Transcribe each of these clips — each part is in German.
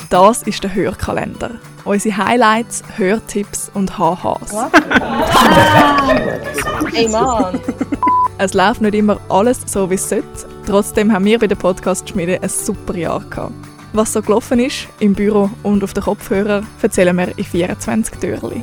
Das ist der Hörkalender. Unsere Highlights, Hörtipps und HHs. Ey Mann! Es läuft nicht immer alles so, wie es sollte. Trotzdem haben wir bei der Podcast-Schmiede ein super Jahr gehabt. Was so gelaufen ist, im Büro und auf den Kopfhörern, erzählen wir in 24 Türchen.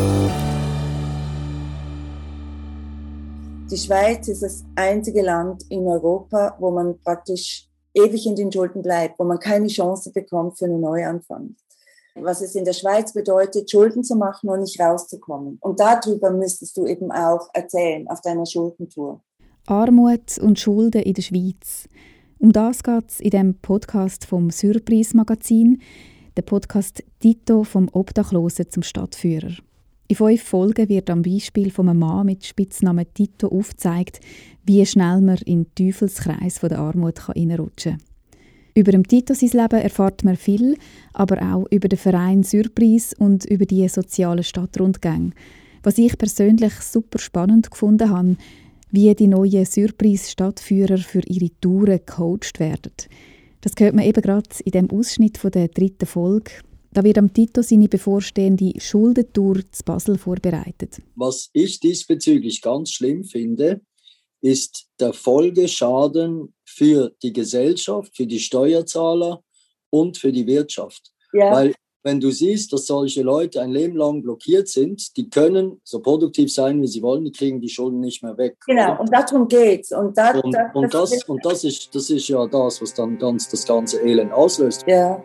Die Schweiz ist das einzige Land in Europa, wo man praktisch ewig in den Schulden bleibt, wo man keine Chance bekommt für einen Neuanfang. Was es in der Schweiz bedeutet, Schulden zu machen und nicht rauszukommen. Und darüber müsstest du eben auch erzählen auf deiner Schuldentour. Armut und Schulden in der Schweiz. Um das geht es in dem Podcast vom Surprise-Magazin, der Podcast «Tito vom Obdachlosen zum Stadtführer». In 5 Folgen wird am Beispiel von einem Mann mit Spitznamen Tito aufgezeigt, wie schnell man in den Teufelskreis der Armut hineinrutschen kann. Über den Tito sein Leben erfährt man viel, aber auch über den Verein Surprise und über die sozialen Stadtrundgänge. Was ich persönlich super spannend gefunden habe, wie die neuen Surprise-Stadtführer für ihre Touren gecoacht werden. Das hört man eben gerade in dem Ausschnitt von der 3. Folge. Da wird am Tito seine bevorstehende Schuldentour zu Basel vorbereitet. Was ich diesbezüglich ganz schlimm finde, ist der Folgeschaden für die Gesellschaft, für die Steuerzahler und für die Wirtschaft. Ja. Weil wenn du siehst, dass solche Leute ein Leben lang blockiert sind, die können so produktiv sein, wie sie wollen, die kriegen die Schulden nicht mehr weg. Genau, und darum geht's. Und das ist ja das, was dann das ganze Elend auslöst. Ja.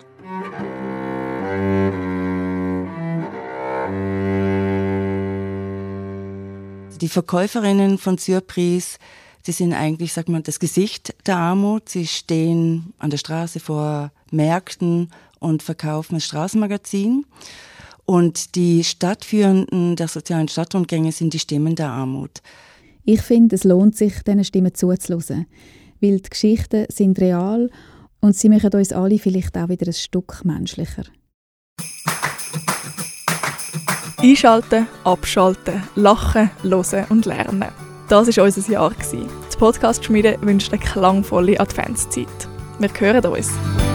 Die Verkäuferinnen von Surprise, die sind eigentlich, sagt man, das Gesicht der Armut. Sie stehen an der Straße vor Märkten und verkaufen ein Straßenmagazin. Und die Stadtführenden der sozialen Stadtrundgänge sind die Stimmen der Armut. Ich finde, es lohnt sich, diesen Stimmen zuzuhören, weil die Geschichten sind real und sie machen uns alle vielleicht auch wieder ein Stück menschlicher. Einschalten, abschalten, lachen, hören und lernen. Das war unser Jahr. Die Podcast-Schmiede wünscht eine klangvolle Adventszeit. Wir hören uns.